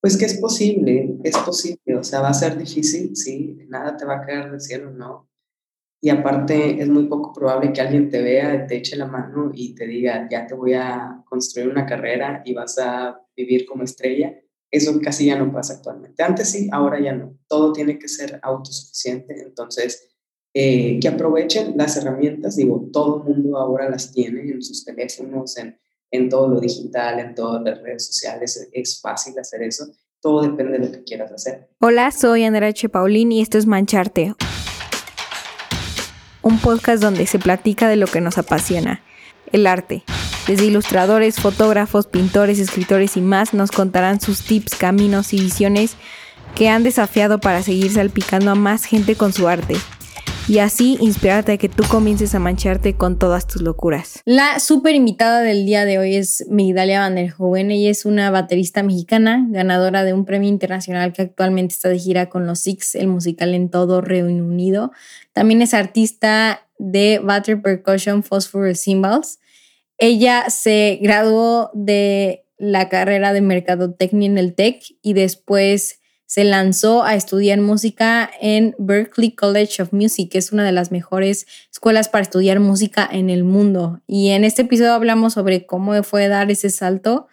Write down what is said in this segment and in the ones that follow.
Pues que es posible, o sea, va a ser difícil, sí, nada te va a caer del cielo, ¿no? Y aparte es muy poco probable que alguien te vea, te eche la mano y te diga, ya te voy a construir una carrera y vas a vivir como estrella. Eso casi ya no pasa actualmente. Antes sí, ahora ya no. Todo tiene que ser autosuficiente. Entonces, que aprovechen las herramientas. Digo, todo el mundo ahora las tiene en sus teléfonos, en todo lo digital, en todas las redes sociales. Es fácil hacer eso. Todo depende de lo que quieras hacer. Hola, soy Andrea H. Paulín y esto es Mancharte, un podcast donde se platica de lo que nos apasiona, el arte. Desde ilustradores, fotógrafos, pintores, escritores y más nos contarán sus tips, caminos y visiones que han desafiado para seguir salpicando a más gente con su arte. Y así inspirarte a que tú comiences a mancharte con todas tus locuras. La súper invitada del día de hoy es Migdalia van der Heuven. Ella es una baterista mexicana, ganadora de un premio internacional que actualmente está de gira con los Six, el musical en todo Reino Unido. También es artista de Batter Percussion Phosphorus Cymbals. Ella se graduó de la carrera de Mercadotecnia en el TEC y después se lanzó a estudiar música en Berklee College of Music, que es una de las mejores escuelas para estudiar música en el mundo. Y en este episodio hablamos sobre cómo fue dar ese salto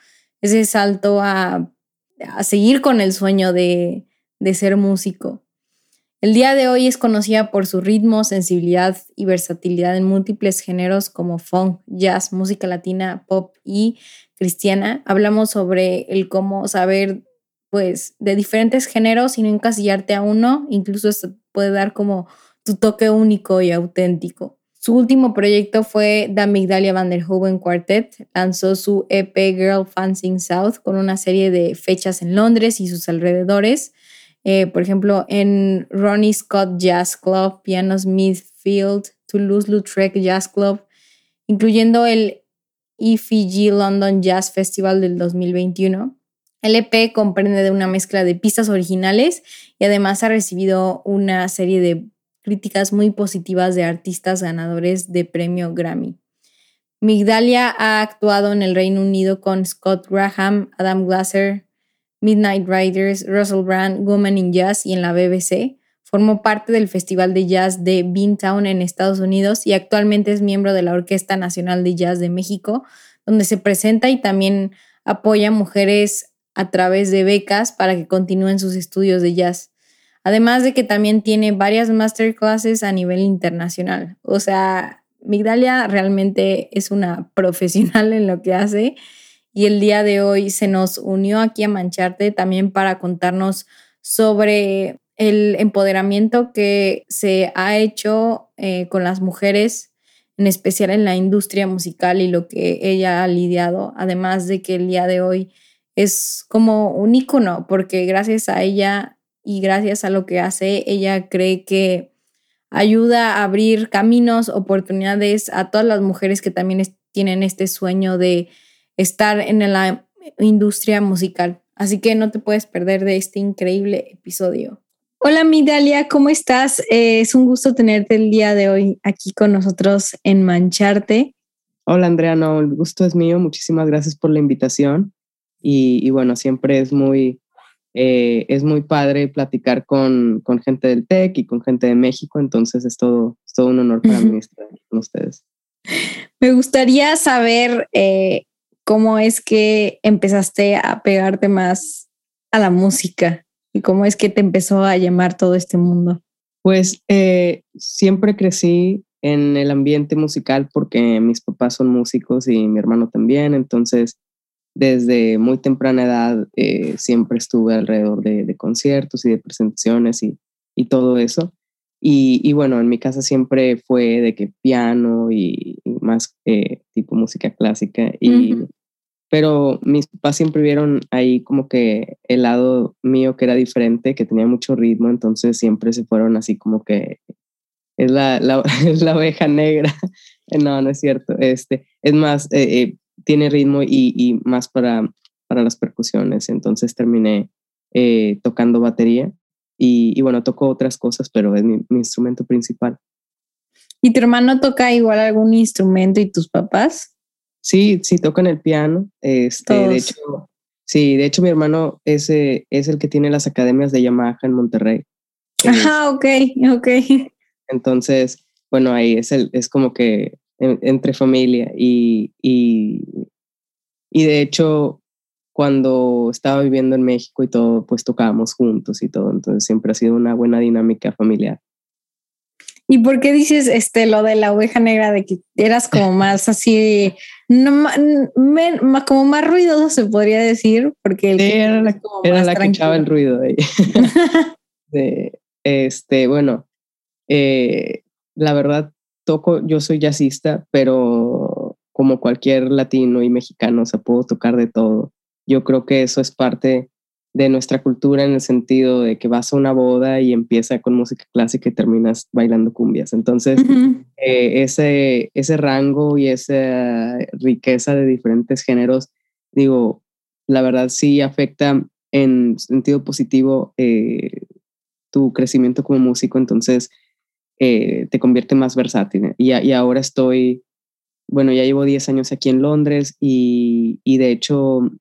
a seguir con el sueño de ser músico. El día de hoy es conocida por su ritmo, sensibilidad y versatilidad en múltiples géneros como funk, jazz, música latina, pop y cristiana. Hablamos sobre el cómo saber pues de diferentes géneros y no encasillarte a uno, incluso esto puede dar como tu toque único y auténtico. Su último proyecto fue The Migdalia van der Heuven Quartet. Lanzó su EP Girl Fanzine South con una serie de fechas en Londres y sus alrededores. Por ejemplo, en Ronnie Scott Jazz Club, Piano Smithfield, Toulouse-Lautrec Jazz Club, incluyendo el EFG London Jazz Festival del 2021. El EP comprende de una mezcla de pistas originales y además ha recibido una serie de críticas muy positivas de artistas ganadores de premio Grammy. Migdalia ha actuado en el Reino Unido con Scott Graham, Adam Glasser, Midnight Riders, Russell Brand, Women in Jazz y en la BBC. Formó parte del Festival de Jazz de Beantown en Estados Unidos y actualmente es miembro de la Orquesta Nacional de Jazz de México, donde se presenta y también apoya a mujeres a través de becas para que continúen sus estudios de jazz. Además de que también tiene varias masterclasses a nivel internacional. O sea, Migdalia realmente es una profesional en lo que hace y el día de hoy se nos unió aquí a Mancharte también para contarnos sobre el empoderamiento que se ha hecho con las mujeres, en especial en la industria musical y lo que ella ha lidiado, además de que el día de hoy es como un ícono, porque gracias a ella y gracias a lo que hace, ella cree que ayuda a abrir caminos, oportunidades a todas las mujeres que también tienen este sueño de estar en la industria musical. Así que no te puedes perder de este increíble episodio. Hola Migdalia, ¿cómo estás? Es un gusto tenerte el día de hoy aquí con nosotros en Mancharte. Hola Andrea, no, el gusto es mío, muchísimas gracias por la invitación y bueno, siempre es muy padre platicar con gente del TEC y con gente de México, entonces es todo un honor para mí estar aquí con ustedes. Me gustaría saber cómo es que empezaste a pegarte más a la música y cómo es que te empezó a llamar todo este mundo. Pues siempre crecí en el ambiente musical porque mis papás son músicos y mi hermano también, entonces desde muy temprana edad siempre estuve alrededor de conciertos y de presentaciones y todo eso. Y bueno, en mi casa siempre fue de que piano y más tipo música clásica. Pero mis papás siempre vieron ahí como que el lado mío que era diferente, que tenía mucho ritmo, entonces siempre se fueron así como que es es la oveja negra. No, no es cierto. Es más, tiene ritmo y más para las percusiones. Entonces terminé tocando batería y bueno, toco otras cosas, pero es mi instrumento principal. ¿Y tu hermano toca igual algún instrumento y tus papás? Sí, tocan el piano. De hecho, Sí, de hecho mi hermano es el que tiene las academias de Yamaha en Monterrey. Ajá, ok. Entonces, bueno, ahí es como que entre familia y de hecho cuando estaba viviendo en México y todo, pues tocábamos juntos y todo, entonces siempre ha sido una buena dinámica familiar. ¿Y por qué dices lo de la oveja negra, de que eras como más así, no, como más ruidoso se podría decir? Porque sí, era la que echaba el ruido de bueno, la verdad yo soy jazzista, pero como cualquier latino y mexicano, o sea, puedo tocar de todo. Yo creo que eso es parte de nuestra cultura en el sentido de que vas a una boda y empieza con música clásica y terminas bailando cumbias. Entonces, ese rango y esa riqueza de diferentes géneros, digo, la verdad sí afecta en sentido positivo tu crecimiento como músico, entonces te convierte más versátil. Y ahora bueno, ya llevo 10 años aquí en Londres y de hecho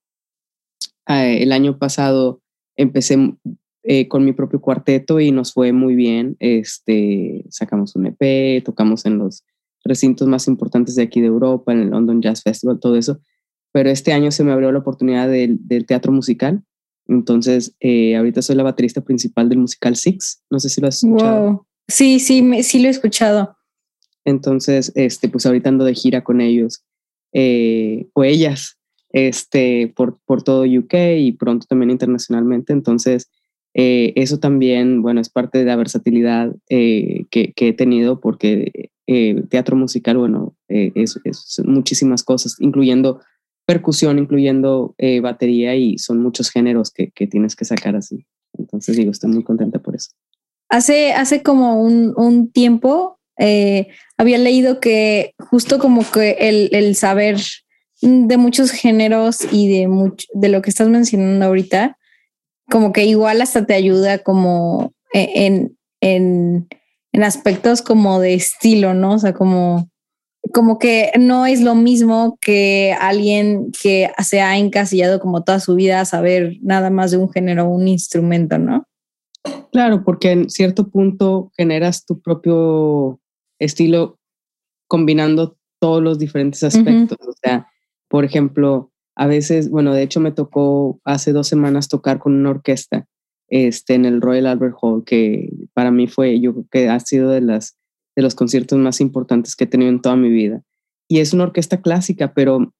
el año pasado empecé con mi propio cuarteto y nos fue muy bien. Sacamos un EP, tocamos en los recintos más importantes de aquí de Europa, en el London Jazz Festival, todo eso. Pero este año se me abrió la oportunidad del teatro musical. Entonces, ahorita soy la baterista principal del musical Six. No sé si lo has escuchado. Wow. Sí, sí lo he escuchado. Entonces, pues ahorita ando de gira con ellos o ellas, por todo UK y pronto también internacionalmente. Entonces, eso también, bueno, es parte de la versatilidad que he tenido porque teatro musical, bueno, es muchísimas cosas, incluyendo percusión, incluyendo batería y son muchos géneros que tienes que sacar así. Entonces, digo, estoy muy contenta por eso. Hace como un tiempo había leído que justo como que el saber de muchos géneros y de lo que estás mencionando ahorita, como que igual hasta te ayuda como en aspectos como de estilo, ¿no? O sea, como que no es lo mismo que alguien que se ha encasillado como toda su vida a saber nada más de un género o un instrumento, ¿no? Claro, porque en cierto punto generas tu propio estilo combinando todos los diferentes aspectos. O sea, por ejemplo, a veces, bueno, de hecho me tocó hace 2 semanas tocar con una orquesta en el Royal Albert Hall, que para mí yo creo que ha sido de los conciertos más importantes que he tenido en toda mi vida. Y es una orquesta clásica, pero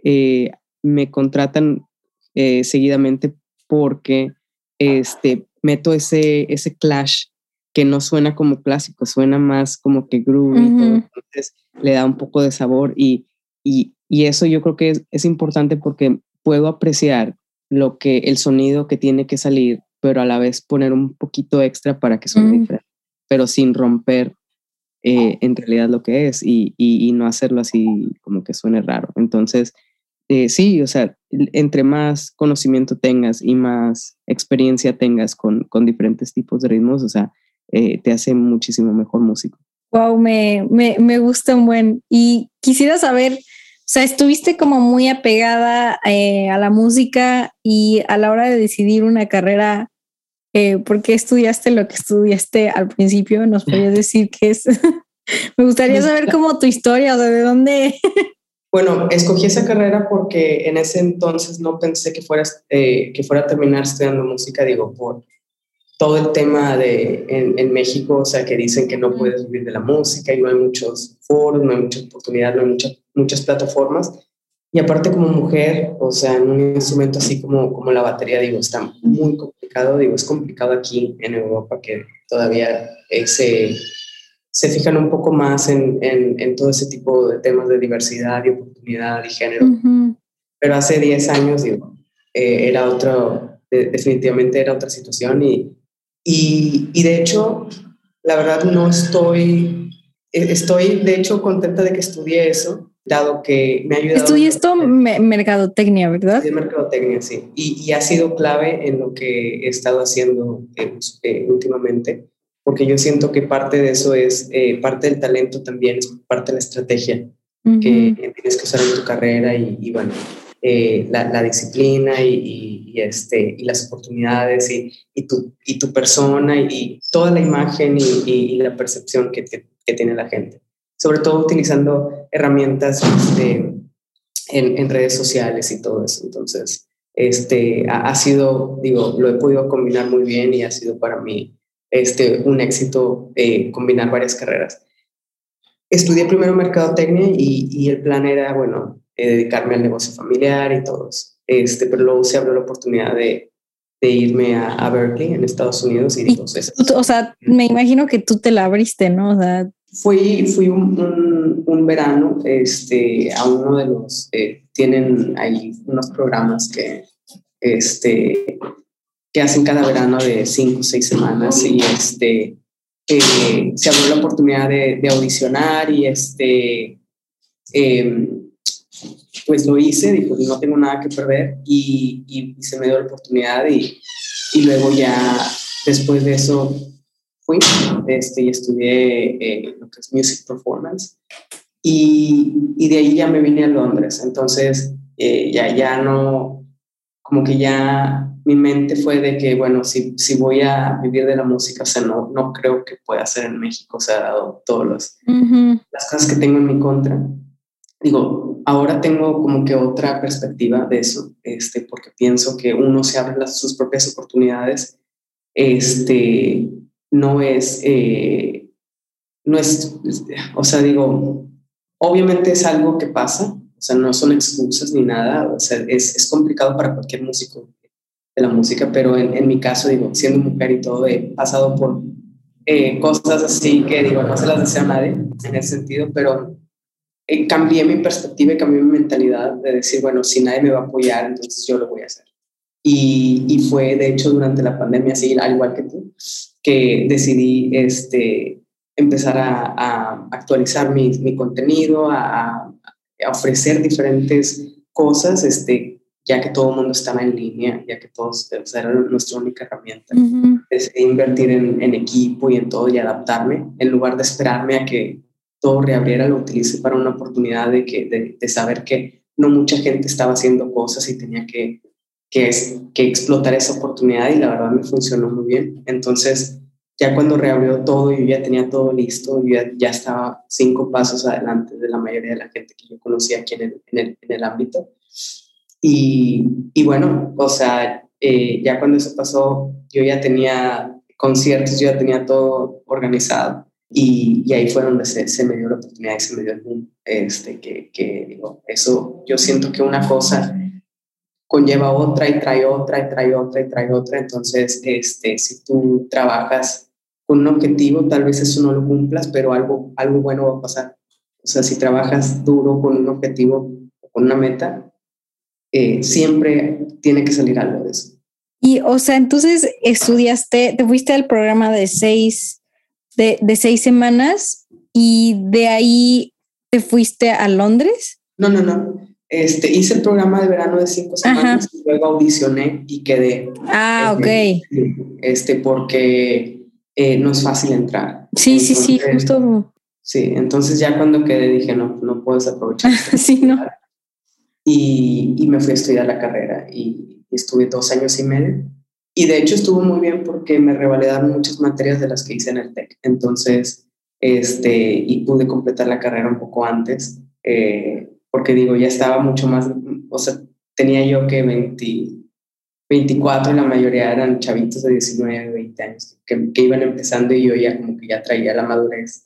me contratan seguidamente porque meto ese clash que no suena como clásico, suena más como que groovy, todo. Entonces le da un poco de sabor y eso yo creo que es importante porque puedo apreciar el sonido que tiene que salir, pero a la vez poner un poquito extra para que suene diferente, pero sin romper en realidad lo que es y no hacerlo así como que suene raro. Entonces, sí, o sea, entre más conocimiento tengas y más experiencia tengas con diferentes tipos de ritmos, o sea, te hace muchísimo mejor músico. Wow, me gusta un buen. Y quisiera saber, o sea, estuviste como muy apegada a la música y a la hora de decidir una carrera, ¿por qué estudiaste lo que estudiaste al principio? ¿Nos podías decir qué es? Me gustaría saber como tu historia, o sea, de dónde. Bueno, escogí esa carrera porque en ese entonces no pensé que fuera a terminar estudiando música, digo, por todo el tema en México, o sea, que dicen que no puedes vivir de la música y no hay muchos foros, no hay mucha oportunidad, no hay muchas plataformas. Y aparte como mujer, o sea, en un instrumento así como la batería, digo, está muy complicado, digo, es complicado aquí en Europa que todavía se fijan un poco más en todo ese tipo de temas de diversidad y oportunidad y género. Pero hace 10 años, digo, definitivamente era otra situación y de hecho, la verdad no estoy de hecho contenta de que estudié eso, dado que me ha ayudado. Estudié esto mercadotecnia, ¿verdad? Estudié mercadotecnia, sí, y ha sido clave en lo que he estado haciendo últimamente, porque yo siento que parte de eso es parte del talento también, es parte de la estrategia que tienes que usar en tu carrera y bueno, la disciplina y las oportunidades y tu persona y toda la imagen y la percepción que tiene la gente. Sobre todo utilizando herramientas en redes sociales y todo eso. Entonces, ha sido, digo, lo he podido combinar muy bien y ha sido para mí un éxito combinar varias carreras. Estudié primero mercadotecnia y el plan era, bueno, dedicarme al negocio familiar y todo eso. Pero luego se abrió la oportunidad de irme a Berkeley, en Estados Unidos, y digo, o sea, me imagino que tú te la abriste, ¿no? O sea, fui un verano a uno de los, tienen ahí unos programas que hacen cada verano de 5 o 6 semanas y se abrió la oportunidad de audicionar y pues lo hice, dijo, no tengo nada que perder y se me dio la oportunidad y luego ya después de eso fui y estudié lo que es Music Performance y de ahí ya me vine a Londres. Entonces ya no, como que ya mi mente fue de que, bueno, si voy a vivir de la música, o sea, no creo que pueda ser en México, o sea, dado todas las cosas que tengo en mi contra. Digo, ahora tengo como que otra perspectiva de eso, porque pienso que uno se abre sus propias oportunidades, no es, o sea, digo, obviamente es algo que pasa, o sea, no son excusas ni nada, o sea, es complicado para cualquier músico de la música, pero en mi caso, digo, siendo mujer y todo, he pasado por cosas así que, digo, no se las deseo a nadie en ese sentido, pero cambié mi perspectiva y cambié mi mentalidad de decir, bueno, si nadie me va a apoyar, entonces yo lo voy a hacer. Y fue, de hecho, durante la pandemia, así, al igual que tú, que decidí empezar a actualizar mi contenido, a ofrecer diferentes cosas, ya que todo el mundo estaba en línea, ya que todos, o sea, era nuestra única herramienta. Decidí invertir en equipo y en todo y adaptarme, en lugar de esperarme a que todo reabriera, lo utilicé para una oportunidad de saber que no mucha gente estaba haciendo cosas y tenía que explotar esa oportunidad y la verdad me funcionó muy bien. Entonces, ya cuando reabrió todo, yo ya tenía todo listo, yo ya estaba 5 pasos adelante de la mayoría de la gente que yo conocía aquí en el ámbito. Y bueno, o sea, ya cuando eso pasó, yo ya tenía conciertos, yo ya tenía todo organizado. Y ahí fue donde se me dio la oportunidad y se me dio el boom. Que digo, eso, yo siento que una cosa conlleva otra y trae otra y trae otra y trae otra. Entonces, si tú trabajas con un objetivo, tal vez eso no lo cumplas, pero algo bueno va a pasar. O sea, si trabajas duro con un objetivo o con una meta, siempre tiene que salir algo de eso. Y, o sea, entonces estudiaste, te fuiste al programa de 6 semanas y de ahí te fuiste a Londres. No. Hice el programa de verano de 5 semanas. Ajá. Y luego audicioné y quedé. Ok. Porque no es fácil entrar. Sí, entonces, justo. Sí, entonces ya cuando quedé dije, no puedes aprovechar. Sí, no. Y me fui a estudiar la carrera y estuve 2 años y medio. Y de hecho estuvo muy bien porque me revalidaron muchas materias de las que hice en el TEC. Entonces, y pude completar la carrera un poco antes, porque digo, ya estaba mucho más, o sea, tenía yo que 24 y la mayoría eran chavitos de 19, 20 años que iban empezando y yo ya como que ya traía la madurez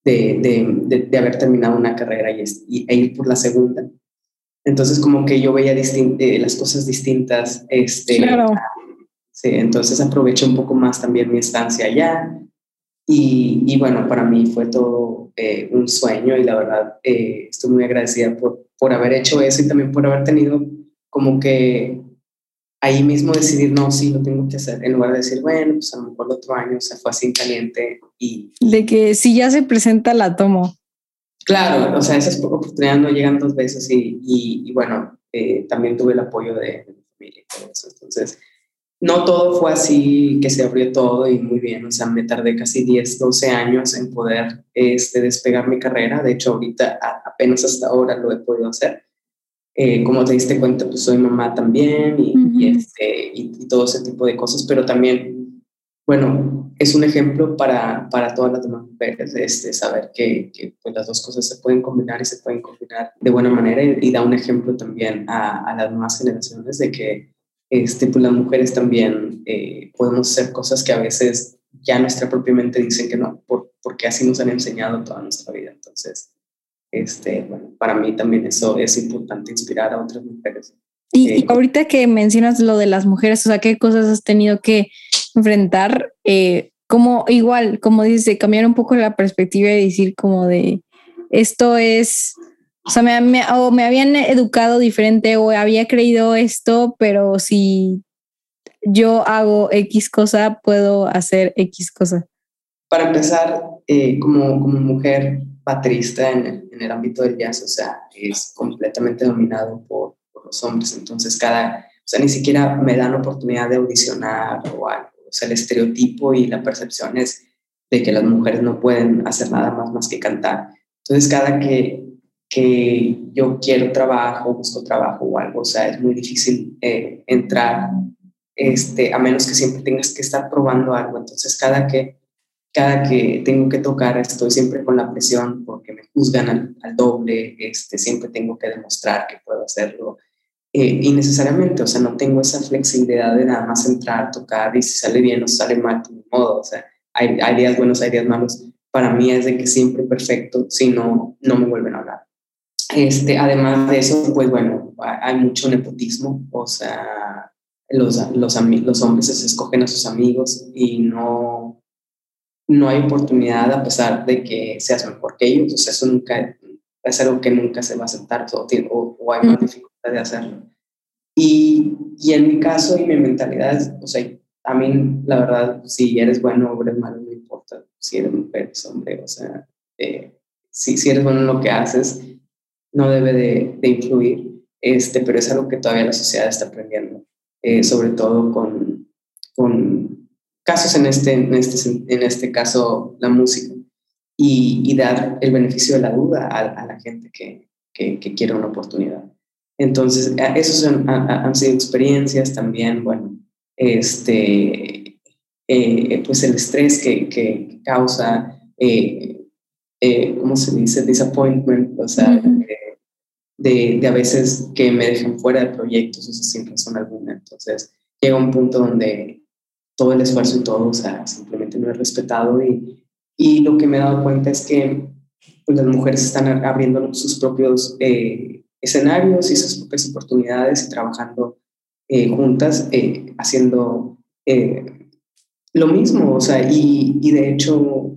de haber terminado una carrera e ir por la segunda. Entonces como que yo veía las cosas distintas. Claro. Sí, entonces aproveché un poco más también mi estancia allá y bueno, para mí fue todo un sueño y la verdad estoy muy agradecida por haber hecho eso y también por haber tenido como que ahí mismo decidir, no, sí, lo tengo que hacer, en lugar de decir, bueno, pues a lo mejor el otro año se fue así caliente de que si ya se presenta la tomo. Claro, o sea, esas oportunidades no llegan 2 veces y bueno, también tuve el apoyo de mi familia y todo eso. Entonces, no todo fue así que se abrió todo y muy bien, o sea, me tardé casi 10, 12 años en poder despegar mi carrera. De hecho, ahorita apenas hasta ahora lo he podido hacer. como te diste cuenta, pues soy mamá también y todo ese tipo de cosas, pero también, bueno, es un ejemplo para todas las demás mujeres, saber que pues las dos cosas se pueden combinar y se pueden combinar de buena manera y da un ejemplo también a las nuevas generaciones de que pues las mujeres también podemos hacer cosas que a veces ya nuestra propia mente dicen que no, porque así nos han enseñado toda nuestra vida. Entonces, bueno, para mí también eso es importante, inspirar a otras mujeres. Y ahorita que mencionas lo de las mujeres, o sea, ¿qué cosas has tenido que enfrentar? Como igual, como dice, cambiar un poco la perspectiva y decir como de esto es, o sea, o me habían educado diferente o había creído esto, pero si yo hago X cosa, puedo hacer X cosa. Para empezar, como mujer baterista en el ámbito del jazz, o sea, es completamente dominado por los hombres, entonces o sea, ni siquiera me dan oportunidad de audicionar o algo, o sea, el estereotipo y la percepción es de que las mujeres no pueden hacer nada más que cantar. Entonces, cada que yo quiero trabajo, busco trabajo o algo, o sea, es muy difícil entrar, a menos que siempre tengas que estar probando algo. Entonces, cada que tengo que tocar, estoy siempre con la presión porque me juzgan al doble, siempre tengo que demostrar que puedo hacerlo. Innecesariamente, o sea, no tengo esa flexibilidad de nada más entrar, tocar y si sale bien o sale mal, pues, ni modo, o sea, hay días buenos, hay días malos. Para mí es de que siempre perfecto, si no, no me vuelven a hablar. Además de eso, pues bueno, hay mucho nepotismo, o sea, los hombres se escogen a sus amigos y no hay oportunidad a pesar de que seas mejor que ellos, o sea, eso nunca es algo que nunca se va a aceptar o hay más dificultad de hacerlo. Y en mi caso y mi mentalidad, o sea, a mí la verdad, si eres bueno o eres malo, no importa, si eres mujer, eres hombre, o sea, si eres bueno en lo que haces, no debe de influir, pero es algo que todavía la sociedad está aprendiendo, sobre todo con casos en este caso la música, y dar el beneficio de la duda a la gente que quiere una oportunidad. Entonces, esos han sido experiencias también, bueno, pues el estrés que causa, ¿cómo se dice? Disappointment, o sea, de a veces que me dejan fuera de proyectos, eso sin razón alguna. Entonces, llega un punto donde todo el esfuerzo y todo, o sea, simplemente no es respetado y lo que me he dado cuenta es que pues, las mujeres están abriendo sus propios escenarios y sus propias oportunidades y trabajando juntas, haciendo lo mismo, o sea, y de hecho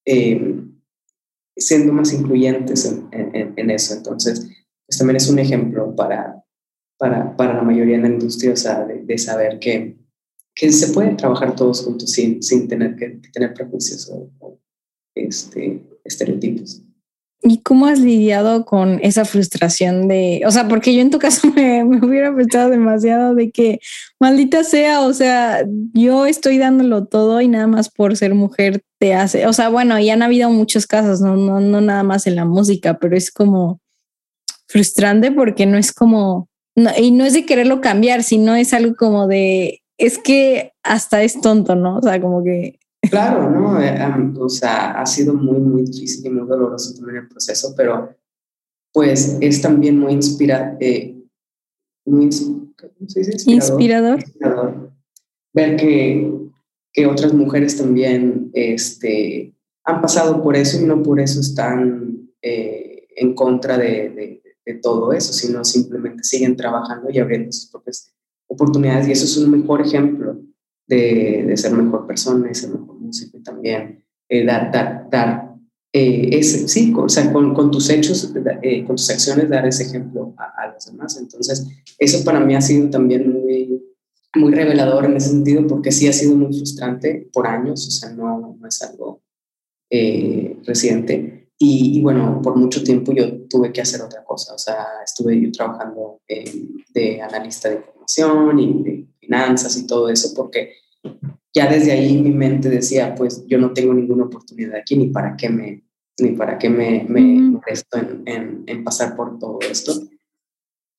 siendo más incluyentes en eso. Entonces, pues también es un ejemplo para la mayoría en la industria, o sea, de saber que se puede trabajar todos juntos sin tener que tener prejuicios o estereotipos. ¿Y cómo has lidiado con esa frustración de, o sea, porque yo en tu caso me hubiera frustrado demasiado de que maldita sea, o sea, yo estoy dándolo todo y nada más por ser mujer te hace, o sea, bueno, ya han habido muchos casos, no nada más en la música, pero es como frustrante porque no es como, no, y no es de quererlo cambiar, sino es algo como de, es que hasta es tonto, ¿no? O sea, como que... Claro, ¿no? O sea, ha sido muy, muy difícil y muy doloroso también el proceso, pero pues es también muy ¿cómo se dice? Inspirador. Ver que otras mujeres también han pasado por eso y no por eso están en contra de todo eso, sino simplemente siguen trabajando y abriendo sus propias oportunidades y eso es un mejor ejemplo de ser mejor persona y ser mejor músico y también dar sí, o sea, con tus hechos, con tus acciones, dar ese ejemplo a los demás. Entonces, eso para mí ha sido también muy revelador en ese sentido, porque sí ha sido muy frustrante por años, o sea, no es algo reciente. Y bueno, por mucho tiempo yo tuve que hacer otra cosa, o sea, estuve yo trabajando de analista de información y de finanzas y todo eso, porque ya desde ahí mi mente decía, pues yo no tengo ninguna oportunidad aquí, ni para qué me molesto en pasar por todo esto.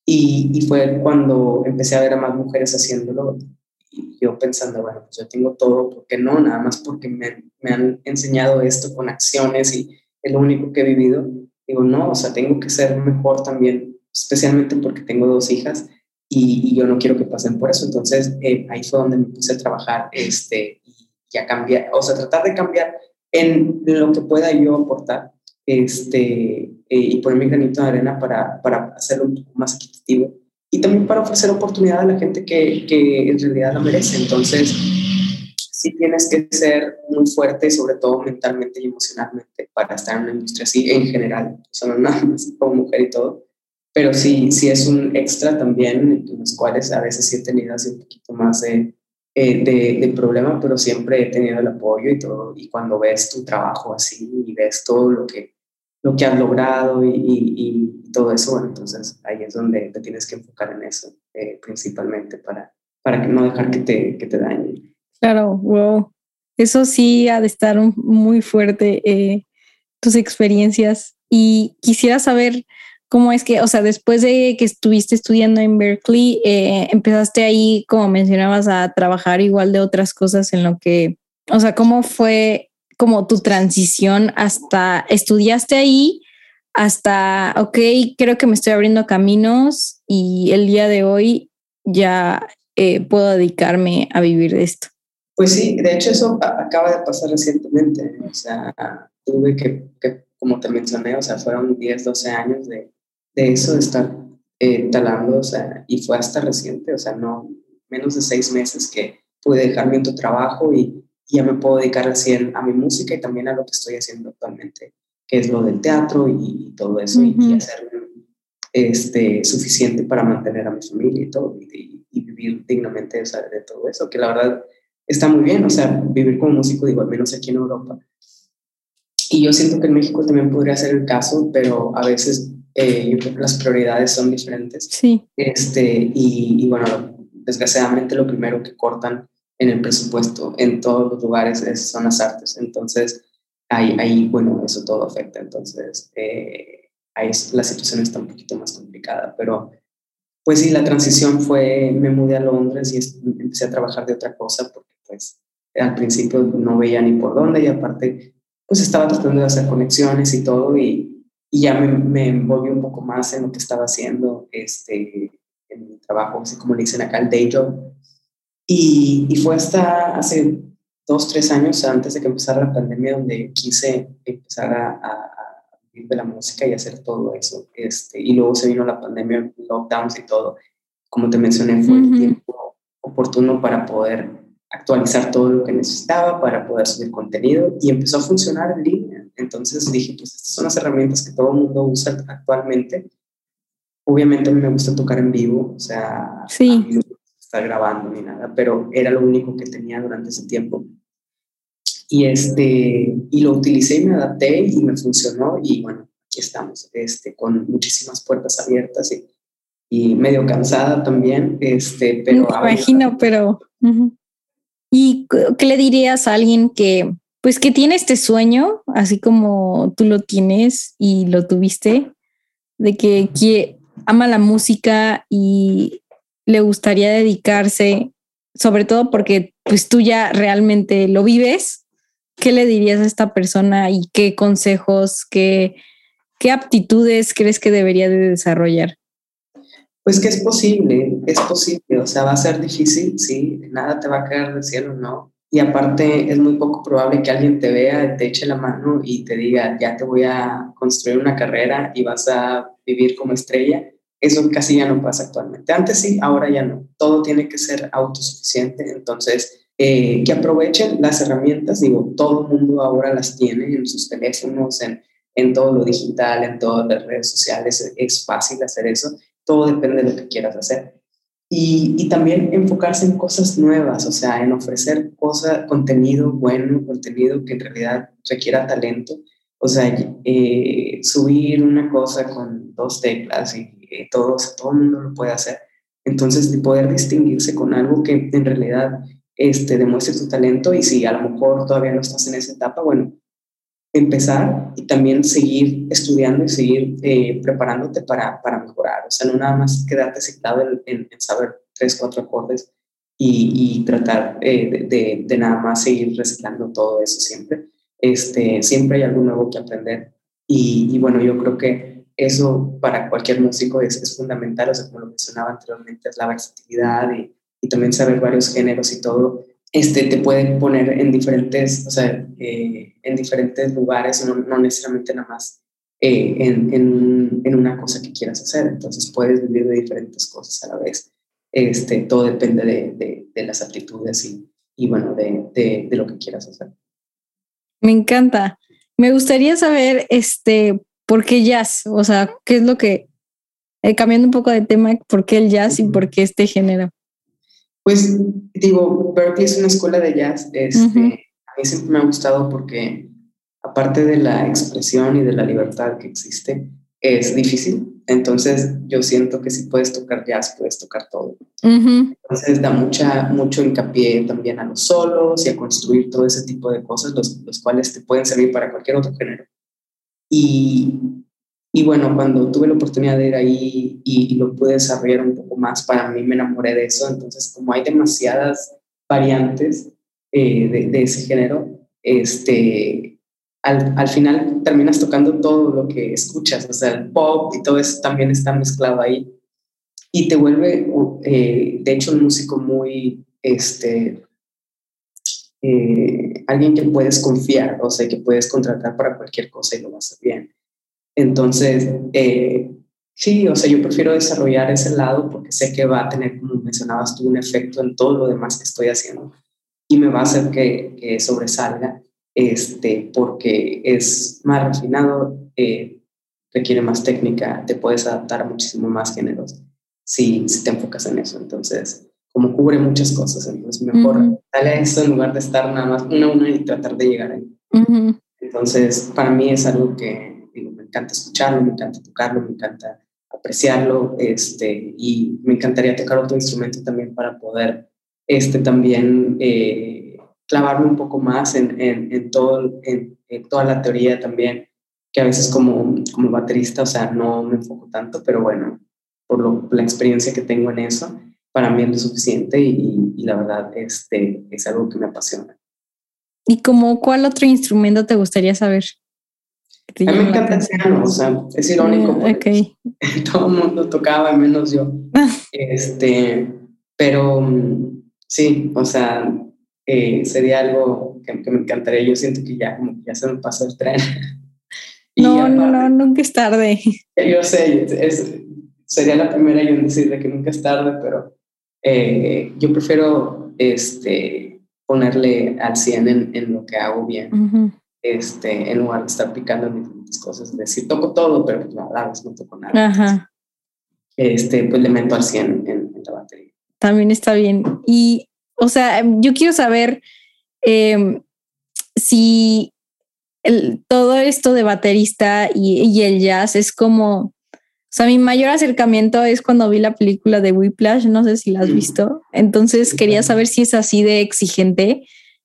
Y fue cuando empecé a ver a más mujeres haciéndolo y yo pensando, bueno, pues yo tengo todo, ¿por qué no? Nada más porque me han enseñado esto con acciones y es lo único que he vivido. Digo, no, o sea, tengo que ser mejor también, especialmente porque tengo 2 hijas y yo no quiero que pasen por eso. Entonces, ahí fue donde me puse a trabajar y a cambiar, o sea, tratar de cambiar en lo que pueda yo aportar y poner mi granito de arena para hacerlo un poco más equitativo y también para ofrecer oportunidad a la gente que en realidad la merece. Entonces, sí tienes que ser muy fuerte, sobre todo mentalmente y emocionalmente, para estar en una industria así en general, o sea, no nada más como mujer y todo, pero sí es un extra también, en los cuales a veces sí he tenido así un poquito más de problema, pero siempre he tenido el apoyo y todo, y cuando ves tu trabajo así y ves todo lo que has logrado y todo eso, bueno, entonces ahí es donde te tienes que enfocar en eso, principalmente para que no dejar que te dañen. Claro, wow. Eso sí ha de estar muy fuerte, tus experiencias. Y quisiera saber cómo es que, o sea, después de que estuviste estudiando en Berkeley, empezaste ahí, como mencionabas, a trabajar igual de otras cosas en lo que, o sea, ¿cómo fue como tu transición hasta estudiaste ahí, hasta, ok, creo que me estoy abriendo caminos y el día de hoy ya puedo dedicarme a vivir de esto? Pues sí, de hecho eso acaba de pasar recientemente, o sea, tuve que, como te mencioné, o sea, fueron 10 12 años de eso, de estar talando, o sea, y fue hasta reciente, o sea, no, menos de 6 meses que pude dejar mi otro trabajo y ya me puedo dedicar al 100 a mi música y también a lo que estoy haciendo actualmente, que es lo del teatro y todo eso, y hacer suficiente para mantener a mi familia y todo, y vivir dignamente, o sea, de todo eso, que la verdad está muy bien, o sea, vivir como músico, digo, al menos aquí en Europa. Y yo siento que en México también podría ser el caso, pero a veces yo creo que las prioridades son diferentes. Sí. Y bueno, desgraciadamente lo primero que cortan en el presupuesto en todos los lugares son las artes. Entonces, ahí bueno, eso todo afecta. Entonces, ahí la situación está un poquito más complicada, pero pues sí, la transición fue, me mudé a Londres y empecé a trabajar de otra cosa porque pues al principio no veía ni por dónde y aparte pues estaba tratando de hacer conexiones y todo y ya me envolví un poco más en lo que estaba haciendo en mi trabajo, así como le dicen acá, el day job. Y fue hasta hace 2, 3 años antes de que empezara la pandemia donde quise empezar a vivir de la música y hacer todo eso. Y luego se vino la pandemia, lockdowns y todo. Como te mencioné, fue el tiempo oportuno para poder actualizar todo lo que necesitaba, para poder subir contenido y empezó a funcionar en línea. Entonces dije, pues estas son las herramientas que todo el mundo usa actualmente. Obviamente a mí me gusta tocar en vivo, o sea, sí. A mí no me gusta estar grabando ni nada, pero era lo único que tenía durante ese tiempo. Y lo utilicé y me adapté y me funcionó y bueno, aquí estamos, con muchísimas puertas abiertas y medio cansada también, pero... Me imagino, pero... ¿Y qué le dirías a alguien que, pues, que tiene este sueño, así como tú lo tienes y lo tuviste, de que ama la música y le gustaría dedicarse, sobre todo porque pues tú ya realmente lo vives? ¿Qué le dirías a esta persona y qué consejos, qué aptitudes crees que debería de desarrollar? Pues que es posible, o sea, va a ser difícil, sí, nada te va a caer del cielo, ¿no? Y aparte es muy poco probable que alguien te vea, te eche la mano y te diga, ya te voy a construir una carrera y vas a vivir como estrella. Eso casi ya no pasa actualmente. Antes sí, ahora ya no. Todo tiene que ser autosuficiente, entonces que aprovechen las herramientas, digo, todo el mundo ahora las tiene en sus teléfonos, en todo lo digital, en todas las redes sociales, es fácil hacer eso, todo depende de lo que quieras hacer. Y también enfocarse en cosas nuevas, o sea, en ofrecer contenido bueno, contenido que en realidad requiera talento, o sea, subir una cosa con 2 teclas y todo el mundo lo puede hacer. Entonces, de poder distinguirse con algo que en realidad demuestre tu talento y si a lo mejor todavía no estás en esa etapa, bueno, empezar y también seguir estudiando y seguir preparándote para mejorar. O sea, no nada más quedarte ciclado en saber 3, 4 acordes y tratar de nada más seguir reciclando todo eso siempre. Siempre hay algo nuevo que aprender y bueno, yo creo que eso para cualquier músico es fundamental. O sea, como lo mencionaba anteriormente, es la versatilidad y también saber varios géneros y todo. Te pueden poner en diferentes, o sea, en diferentes lugares, no necesariamente nada más en una cosa que quieras hacer. Entonces puedes vivir de diferentes cosas a la vez. Todo depende de las aptitudes y bueno, de lo que quieras hacer. Me encanta. Me gustaría saber, ¿por qué jazz? O sea, ¿qué es lo que, cambiando un poco de tema, ¿por qué el jazz y por qué este género? Pues digo, Berklee es una escuela de jazz. A mí siempre me ha gustado porque aparte de la expresión y de la libertad que existe, es difícil. Entonces yo siento que si puedes tocar jazz, puedes tocar todo. Entonces da mucho hincapié también a los solos y a construir todo ese tipo de cosas, los cuales te pueden servir para cualquier otro género. Y bueno, cuando tuve la oportunidad de ir ahí y lo pude desarrollar un poco más, para mí me enamoré de eso. Entonces, como hay demasiadas variantes de ese género, al final terminas tocando todo lo que escuchas. O sea, el pop y todo eso también está mezclado ahí. Y te vuelve, de hecho, un músico muy, alguien que puedes confiar, o sea, que puedes contratar para cualquier cosa y lo vas a hacer bien. Entonces, sí, o sea, yo prefiero desarrollar ese lado porque sé que va a tener, como mencionabas tú, un efecto en todo lo demás que estoy haciendo y me va a hacer que sobresalga, porque es más refinado, requiere más técnica, te puedes adaptar a muchísimo más géneros si te enfocas en eso. Entonces, como cubre muchas cosas, entonces mejor dale a eso en lugar de estar nada más una a una y tratar de llegar ahí. Entonces, para mí es algo que me encanta escucharlo, me encanta tocarlo, me encanta apreciarlo, y me encantaría tocar otro instrumento también para poder también clavarme un poco más en toda la teoría también, que a veces como baterista, o sea, no me enfoco tanto, pero bueno, por la experiencia que tengo en eso, para mí es lo suficiente y la verdad es algo que me apasiona. ¿Y como cuál otro instrumento te gustaría saber? A mí me encanta el piano, o sea, es irónico porque todo el mundo tocaba, menos yo. Pero sí, o sea, sería algo que me encantaría. Yo siento que ya se me pasó el tren. No, nunca es tarde. Yo sé, sería la primera yo en decirle que nunca es tarde, pero yo prefiero ponerle al 100 en lo que hago bien. En lugar de estar picando en diferentes cosas, es decir, toco todo, pero pues no, a la vez no toco nada. Entonces, pues le meto al 100 en la batería. También está bien. Y, o sea, yo quiero saber si todo esto de baterista y el jazz es como, o sea, mi mayor acercamiento es cuando vi la película de Whiplash, no sé si la has visto. Entonces quería saber si es así de exigente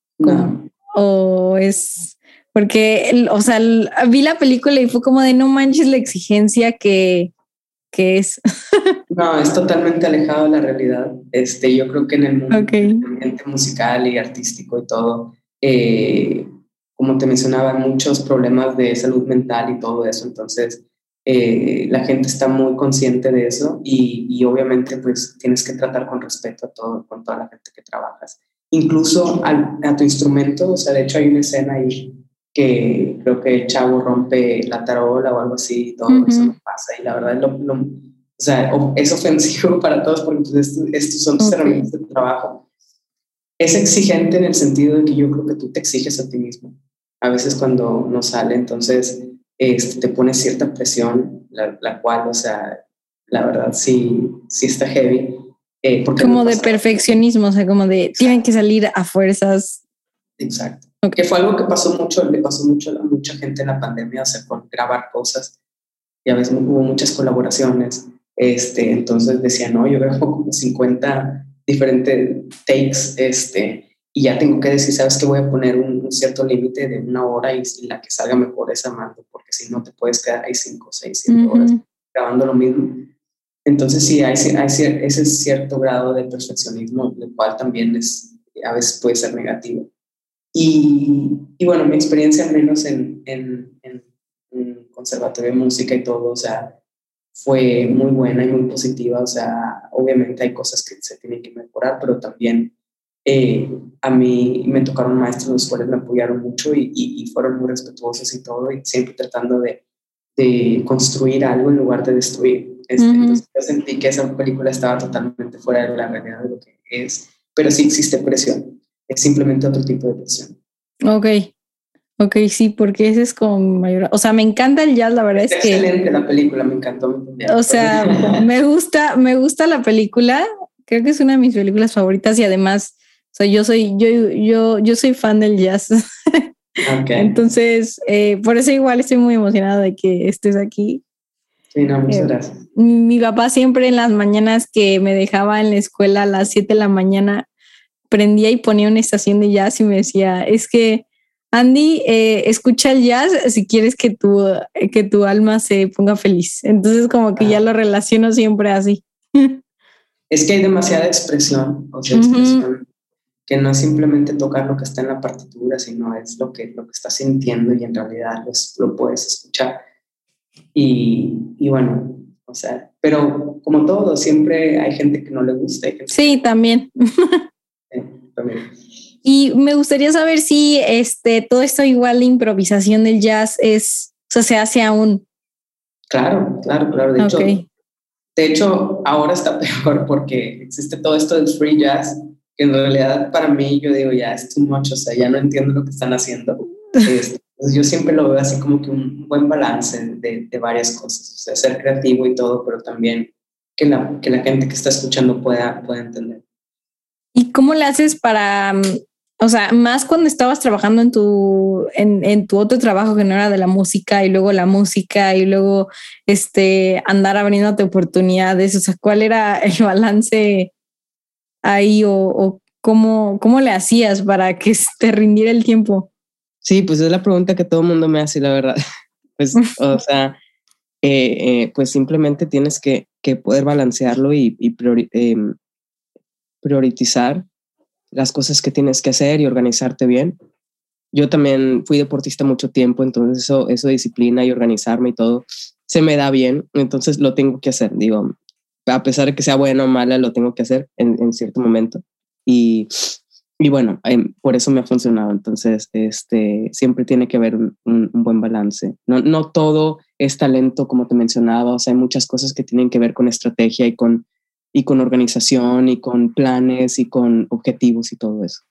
o es... Porque, o sea, vi la película y fue como de no manches la exigencia que es. No, es totalmente alejado de la realidad. Yo creo que en el mundo el ambiente musical y artístico y todo, como te mencionaba, muchos problemas de salud mental y todo eso. Entonces, la gente está muy consciente de eso y obviamente pues tienes que tratar con respeto con toda la gente que trabajas. Incluso a tu instrumento, o sea, de hecho hay una escena ahí que creo que el chavo rompe la tarola o algo así y todo eso no pasa. Y la verdad, o sea, es ofensivo para todos porque pues, estos son tus herramientas de trabajo. Es exigente en el sentido de que yo creo que tú te exiges a ti mismo. A veces cuando no sale, entonces te pones cierta presión, la cual, o sea, la verdad sí está heavy. Como de perfeccionismo, o sea, como de tienen que salir a fuerzas. Exacto. Que fue algo que le pasó mucho a mucha gente en la pandemia, o sea, con grabar cosas. Y a veces hubo muchas colaboraciones. Entonces decía, no, yo grabo como 50 diferentes takes, y ya tengo que decir, sabes que voy a poner un cierto límite de 1 hora y la que salga mejor es Amando, porque si no te puedes quedar ahí 5, 6, 7 horas grabando lo mismo. Entonces sí, hay ese cierto grado de perfeccionismo, el cual también a veces puede ser negativo. Y bueno, mi experiencia al menos en conservatorio de música y todo, o sea, fue muy buena y muy positiva. O sea, obviamente hay cosas que se tienen que mejorar, pero también a mí me tocaron maestros los cuales me apoyaron mucho y fueron muy respetuosos y todo, y siempre tratando de construir algo en lugar de destruir. Entonces yo sentí que esa película estaba totalmente fuera de la realidad de lo que es, pero sí existe presión, es simplemente otro tipo de presión. Ok, sí, porque ese es como mayor. O sea, me encanta el jazz, la verdad es que. Excelente la película, me encantó. O sea, me gusta la película. Creo que es una de mis películas favoritas y además, o sea, yo soy fan del jazz. Okay. Entonces, por eso igual estoy muy emocionada de que estés aquí. Sí, no, muchas gracias. Mi papá siempre en las mañanas que me dejaba en la escuela a las 7 de la mañana prendía y ponía una estación de jazz y me decía, es que Andy, escucha el jazz si quieres que tu alma se ponga feliz. Entonces como que ya lo relaciono siempre así. Es que hay demasiada expresión, o sea, expresión que no es simplemente tocar lo que está en la partitura, sino es lo que estás sintiendo y en realidad lo puedes escuchar. Y bueno, o sea, pero como todo, siempre hay gente que no le gusta. Sí, también. También. Y me gustaría saber si todo esto igual de improvisación del jazz se hace aún. Claro. De hecho, ahora está peor porque existe todo esto del free jazz, que en realidad para mí yo digo, ya es too much, o sea, ya no entiendo lo que están haciendo. Yo siempre lo veo así como que un buen balance de varias cosas, o sea, ser creativo y todo, pero también que la gente que está escuchando pueda entender. ¿Y cómo le haces para, o sea, más cuando estabas trabajando en tu otro trabajo que no era de la música y luego la música y luego andar abriéndote oportunidades? O sea, ¿cuál era el balance ahí o cómo le hacías para que te rindiera el tiempo? Sí, pues es la pregunta que todo el mundo me hace, la verdad. Pues, o sea, pues simplemente tienes que poder balancearlo y priorizar las cosas que tienes que hacer y organizarte bien. Yo también fui deportista mucho tiempo, entonces eso disciplina y organizarme y todo se me da bien, entonces lo tengo que hacer, digo, a pesar de que sea bueno o mala, lo tengo que hacer en cierto momento y bueno, por eso me ha funcionado. Entonces, siempre tiene que haber un buen balance. No todo es talento, como te mencionaba, o sea, hay muchas cosas que tienen que ver con estrategia y con organización y con planes y con objetivos y todo eso.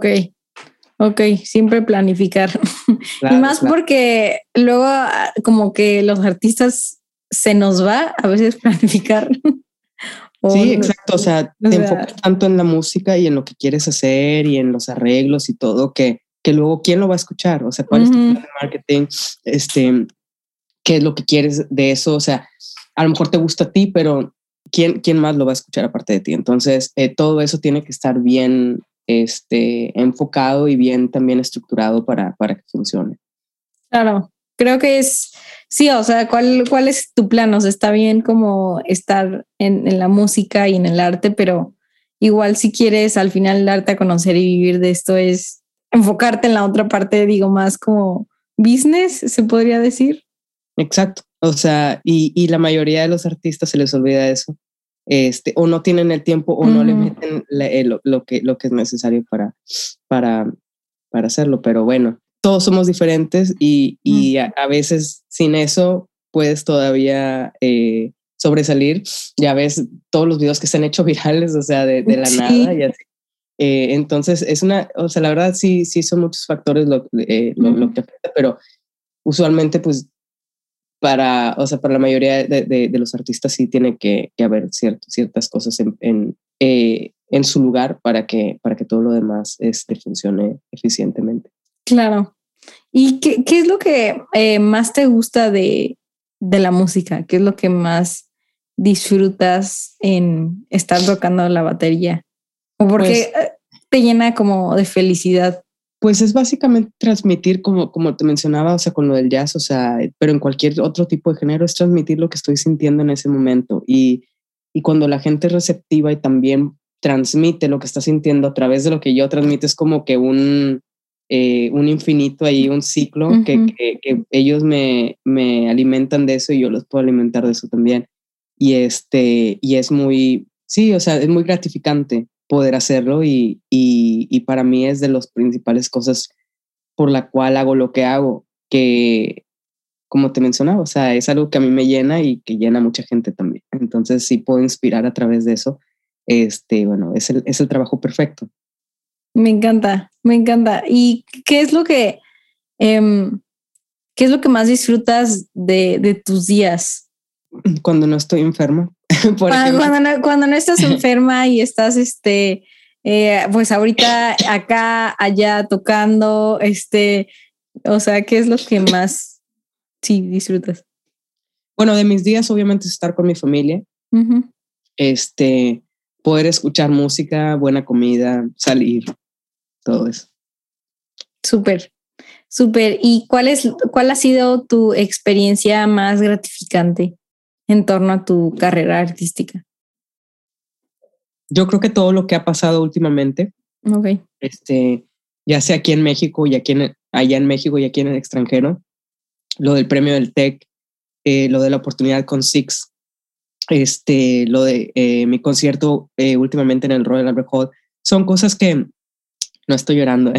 Ok, siempre planificar. Claro, y más porque luego como que los artistas se nos va a veces planificar. Sí, exacto. O sea, te enfocas tanto en la música y en lo que quieres hacer y en los arreglos y todo que luego ¿quién lo va a escuchar? O sea, ¿cuál es tu plan de marketing? ¿Qué es lo que quieres de eso? O sea, a lo mejor te gusta a ti, pero ¿quién más lo va a escuchar aparte de ti? Entonces, todo eso tiene que estar bien enfocado y bien también estructurado para que funcione. Claro, creo que sí, o sea, ¿cuál es tu plan? O sea, está bien como estar en la música y en el arte, pero igual si quieres al final darte a conocer y vivir de esto es enfocarte en la otra parte, digo, más como business, se podría decir. Exacto, o sea, y la mayoría de los artistas se les olvida eso. O no tienen el tiempo o no le meten lo que es necesario para hacerlo, pero bueno, todos somos diferentes y a veces sin eso puedes todavía sobresalir. Ya ves todos los videos que se han hecho virales, o sea, de la nada y así. Entonces o sea, la verdad sí son muchos factores lo que afecta, pero usualmente pues para la mayoría de los artistas sí tiene que haber ciertas cosas en su lugar para que todo lo demás funcione eficientemente. Claro. ¿Y qué es lo que más te gusta de la música? ¿Qué es lo que más disfrutas en estar tocando la batería? ¿O porque te llena como de felicidad? Pues es básicamente transmitir, como te mencionaba, o sea, con lo del jazz, o sea, pero en cualquier otro tipo de género, es transmitir lo que estoy sintiendo en ese momento. Y cuando la gente es receptiva y también transmite lo que está sintiendo a través de lo que yo transmito, es como que un infinito ahí, un ciclo que ellos me alimentan de eso y yo los puedo alimentar de eso también. Y es muy, sí, o sea, es muy gratificante poder hacerlo y para mí es de las principales cosas por la cual hago lo que hago, que como te mencionaba, o sea, es algo que a mí me llena y que llena a mucha gente también. Entonces sí puedo inspirar a través de eso. Bueno, es el trabajo perfecto. Me encanta, me encanta. ¿Y qué es lo que más disfrutas de tus días? Cuando no estoy enferma. Cuando no estás enferma y estás pues ahorita acá, allá tocando, o sea, ¿qué es lo que más sí disfrutas? Bueno, de mis días obviamente es estar con mi familia, poder escuchar música, buena comida, salir, todo eso. Súper, súper. ¿Y cuál ha sido tu experiencia más gratificante en torno a tu carrera artística? Yo creo que todo lo que ha pasado últimamente, okay. Ya sea aquí en México y allá en México y aquí en el extranjero, lo del premio del TEC, lo de la oportunidad con Six, lo de mi concierto últimamente en el Royal Albert Hall, son cosas que no estoy llorando.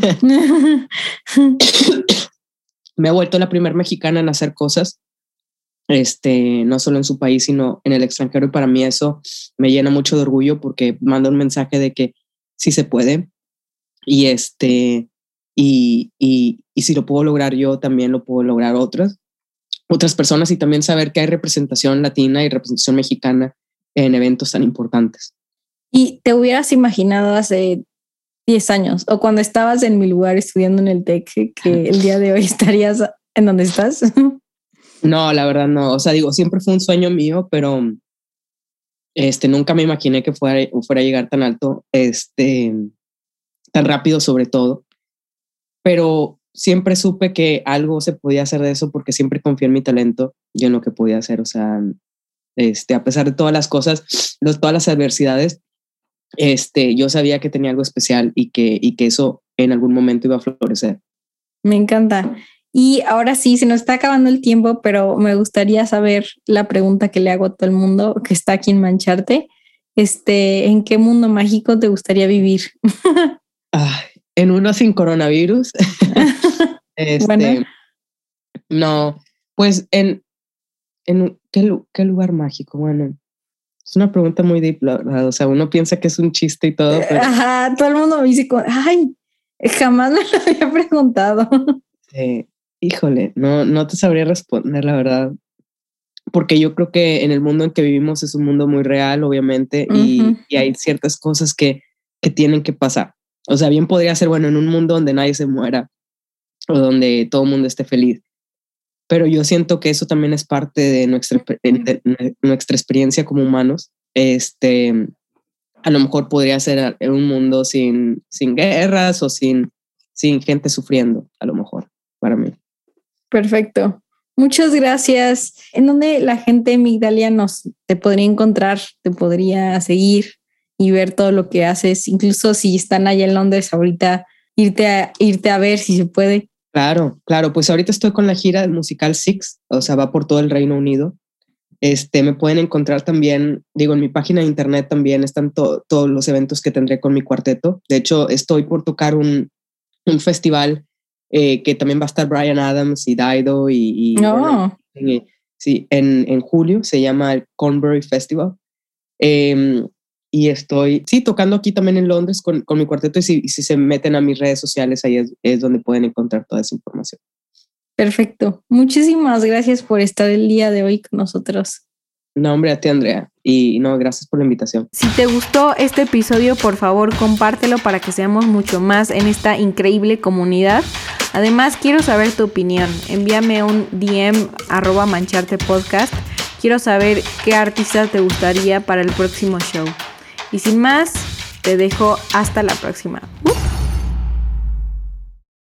Me he vuelto la primera mexicana en hacer cosas, no solo en su país, sino en el extranjero. Y para mí eso me llena mucho de orgullo porque manda un mensaje de que sí se puede. Y y si lo puedo lograr yo, también lo puedo lograr otras personas, y también saber que hay representación latina y representación mexicana en eventos tan importantes. ¿Y te hubieras imaginado hace 10 años o cuando estabas en mi lugar estudiando en el TEC que el día de hoy estarías en donde estás? No, la verdad no. O sea, digo, siempre fue un sueño mío, pero nunca me imaginé que fuera a llegar tan alto, tan rápido sobre todo. Pero siempre supe que algo se podía hacer de eso porque siempre confié en mi talento y en lo que podía hacer. O sea, a pesar de todas las cosas, todas las adversidades, yo sabía que tenía algo especial y que eso en algún momento iba a florecer. Me encanta. Y ahora sí, se nos está acabando el tiempo, pero me gustaría saber la pregunta que le hago a todo el mundo que está aquí en Mancharte. ¿En qué mundo mágico te gustaría vivir? En uno sin coronavirus. Bueno. No, pues en ¿qué lugar mágico? Bueno, es una pregunta muy deep, o sea, uno piensa que es un chiste y todo, pero... Ajá, todo el mundo me dice, ay, jamás me lo había preguntado. Híjole, no te sabría responder, la verdad, porque yo creo que en el mundo en que vivimos es un mundo muy real, obviamente, y hay ciertas cosas que tienen que pasar. O sea, bien podría ser, bueno, en un mundo donde nadie se muera o donde todo el mundo esté feliz, pero yo siento que eso también es parte de nuestra experiencia como humanos. A lo mejor podría ser en un mundo sin guerras o sin gente sufriendo, a lo mejor, para mí. Perfecto. Muchas gracias. ¿En dónde la gente en Migdalia te podría encontrar, te podría seguir y ver todo lo que haces? Incluso si están allá en Londres ahorita, irte a ver si se puede. Claro. Pues ahorita estoy con la gira del musical Six, o sea, va por todo el Reino Unido. Me pueden encontrar también, digo, en mi página de internet también están todos los eventos que tendré con mi cuarteto. De hecho, estoy por tocar un festival que también va a estar Bryan Adams y Dido bueno, sí, en julio, se llama el Cornbury Festival. Y estoy, tocando aquí también en Londres con mi cuarteto, y si se meten a mis redes sociales, ahí es donde pueden encontrar toda esa información. Perfecto. Muchísimas gracias por estar el día de hoy con nosotros. No, hombre, a ti, Andrea. Y no, gracias por la invitación. Si te gustó este episodio, por favor, compártelo para que seamos mucho más en esta increíble comunidad. Además, quiero saber tu opinión. Envíame un DM @manchartepodcast. Quiero saber qué artista te gustaría para el próximo show. Y sin más, Te dejo hasta la próxima.